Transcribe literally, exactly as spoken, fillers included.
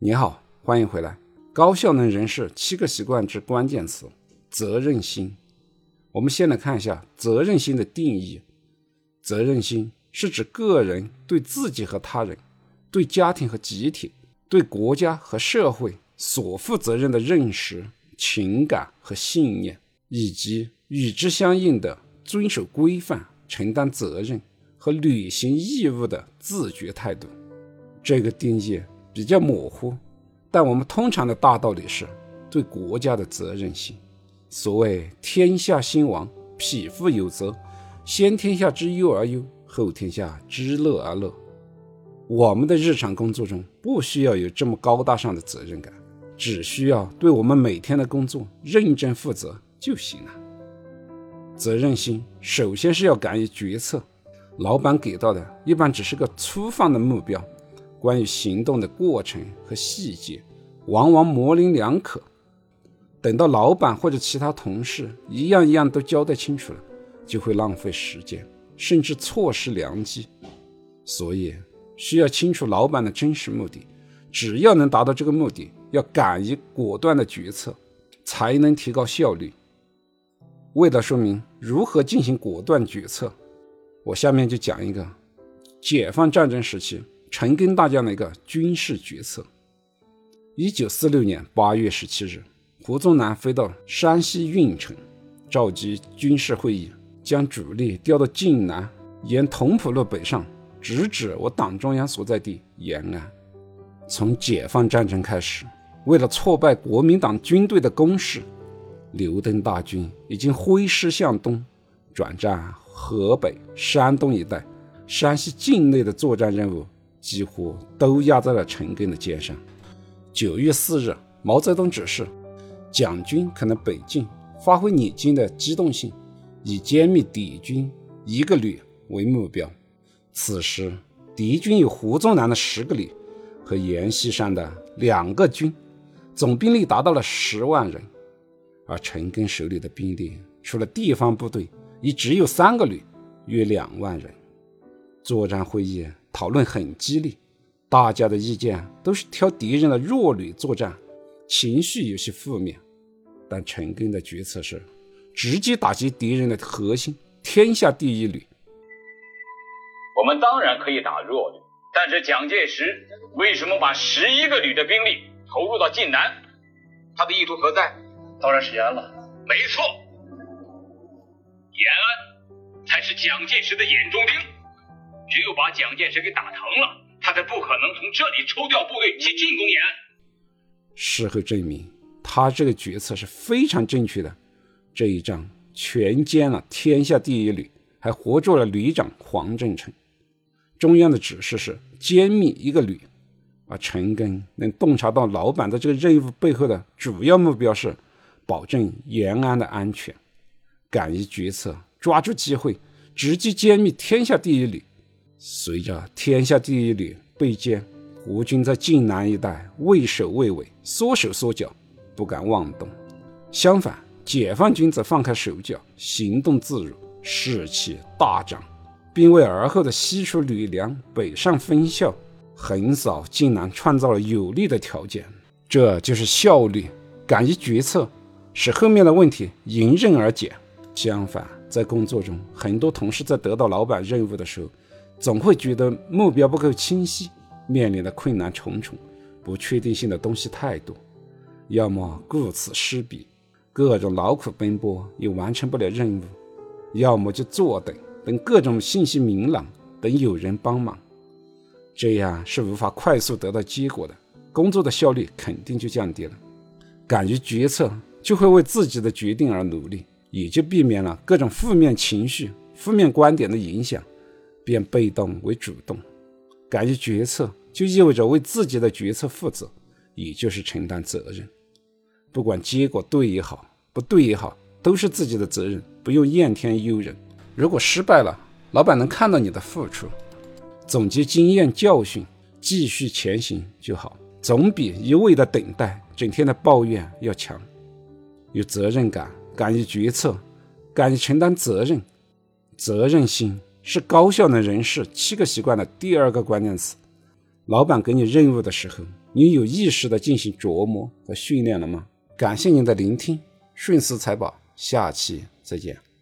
你好，欢迎回来。高效能人士七个习惯之关键词：责任心。我们先来看一下责任心的定义。责任心是指个人对自己和他人、对家庭和集体、对国家和社会所负责任的认识、情感和信念，以及与之相应的遵守规范、承担责任和履行义务的自觉态度。这个定义比较模糊，但我们通常的大道理是对国家的责任心。所谓天下兴亡，匹夫有责，先天下之忧而忧，后天下之乐而乐。我们的日常工作中不需要有这么高大上的责任感，只需要对我们每天的工作认真负责就行了。责任心首先是要敢于决策，老板给到的一般只是个粗放的目标，关于行动的过程和细节往往模棱两可，等到老板或者其他同事一样一样都交代清楚了，就会浪费时间，甚至错失良机。所以需要清楚老板的真实目的，只要能达到这个目的，要敢于果断的决策，才能提高效率。为了说明如何进行果断决策，我下面就讲一个解放战争时期陈赓大将的一个军事决策。一九四六年八月十七日，胡宗南飞到山西运城，召集军事会议，将主力调到晋南，沿同蒲路北上，直指我党中央所在地延安。从解放战争开始，为了挫败国民党军队的攻势，刘登大军已经挥师向东，转战河北、山东一带，山西境内的作战任务几乎都压在了陈赓的肩上。九月四日，毛泽东指示蒋军可能北进，发挥拟军的机动性，以歼灭敌军一个旅为目标。此时敌军有胡宗南的十个旅和阎锡山的两个军，总兵力达到了十万人，而陈赓手里的兵力除了地方部队也只有三个旅，约两万人。作战会议讨论很激烈，大家的意见都是挑敌人的弱旅作战，情绪有些负面。但陈赓的决策是直接打击敌人的核心，天下第一旅。 我们当然可以打弱旅，但是蒋介石为什么把十一个旅的兵力投入到晋南？他的意图何在？ 当然是延安了。 没错，延安才是蒋介石的眼中钉。只有把蒋介石给打疼了，他才不可能从这里抽调部队去进攻延安。 事后证明，他这个决策是非常正确的。这一仗全歼了天下第一旅，还活捉了旅长黄正诚。中央的指示是歼灭一个旅，而陈赓能洞察到老板的这个任务背后的主要目标是保证延安的安全，敢于决策，抓住机会，直接歼灭天下第一旅。随着天下第一旅被歼，胡军在晋南一带畏首畏尾，缩手缩脚，不敢妄动。相反，解放军则放开手脚，行动自如，士气大涨，并为而后的西出旅粮、北上分校、横扫晋南创造了有利的条件。这就是效率，敢于决策，使后面的问题迎刃而解。相反，在工作中，很多同事在得到老板任务的时候，总会觉得目标不够清晰，面临的困难重重，不确定性的东西太多，要么顾此失彼，各种劳苦奔波又完成不了任务，要么就坐等，等各种信息明朗，等有人帮忙。这样是无法快速得到结果的，工作的效率肯定就降低了。敢于决策，就会为自己的决定而努力，也就避免了各种负面情绪、负面观点的影响，变被动为主动。敢于决策就意味着为自己的决策负责，也就是承担责任。不管结果对也好，不对也好，都是自己的责任，不用怨天尤人。如果失败了，老板能看到你的付出，总结经验教训，继续前行就好，总比一味的等待，整天的抱怨要强。有责任感，敢于决策，敢于承担责任。责任心是高效能人士七个习惯的第二个关键词。老板给你任务的时候， 你有意识地进行琢磨和训练了吗？感谢您的聆听，顺思财宝，下期再见。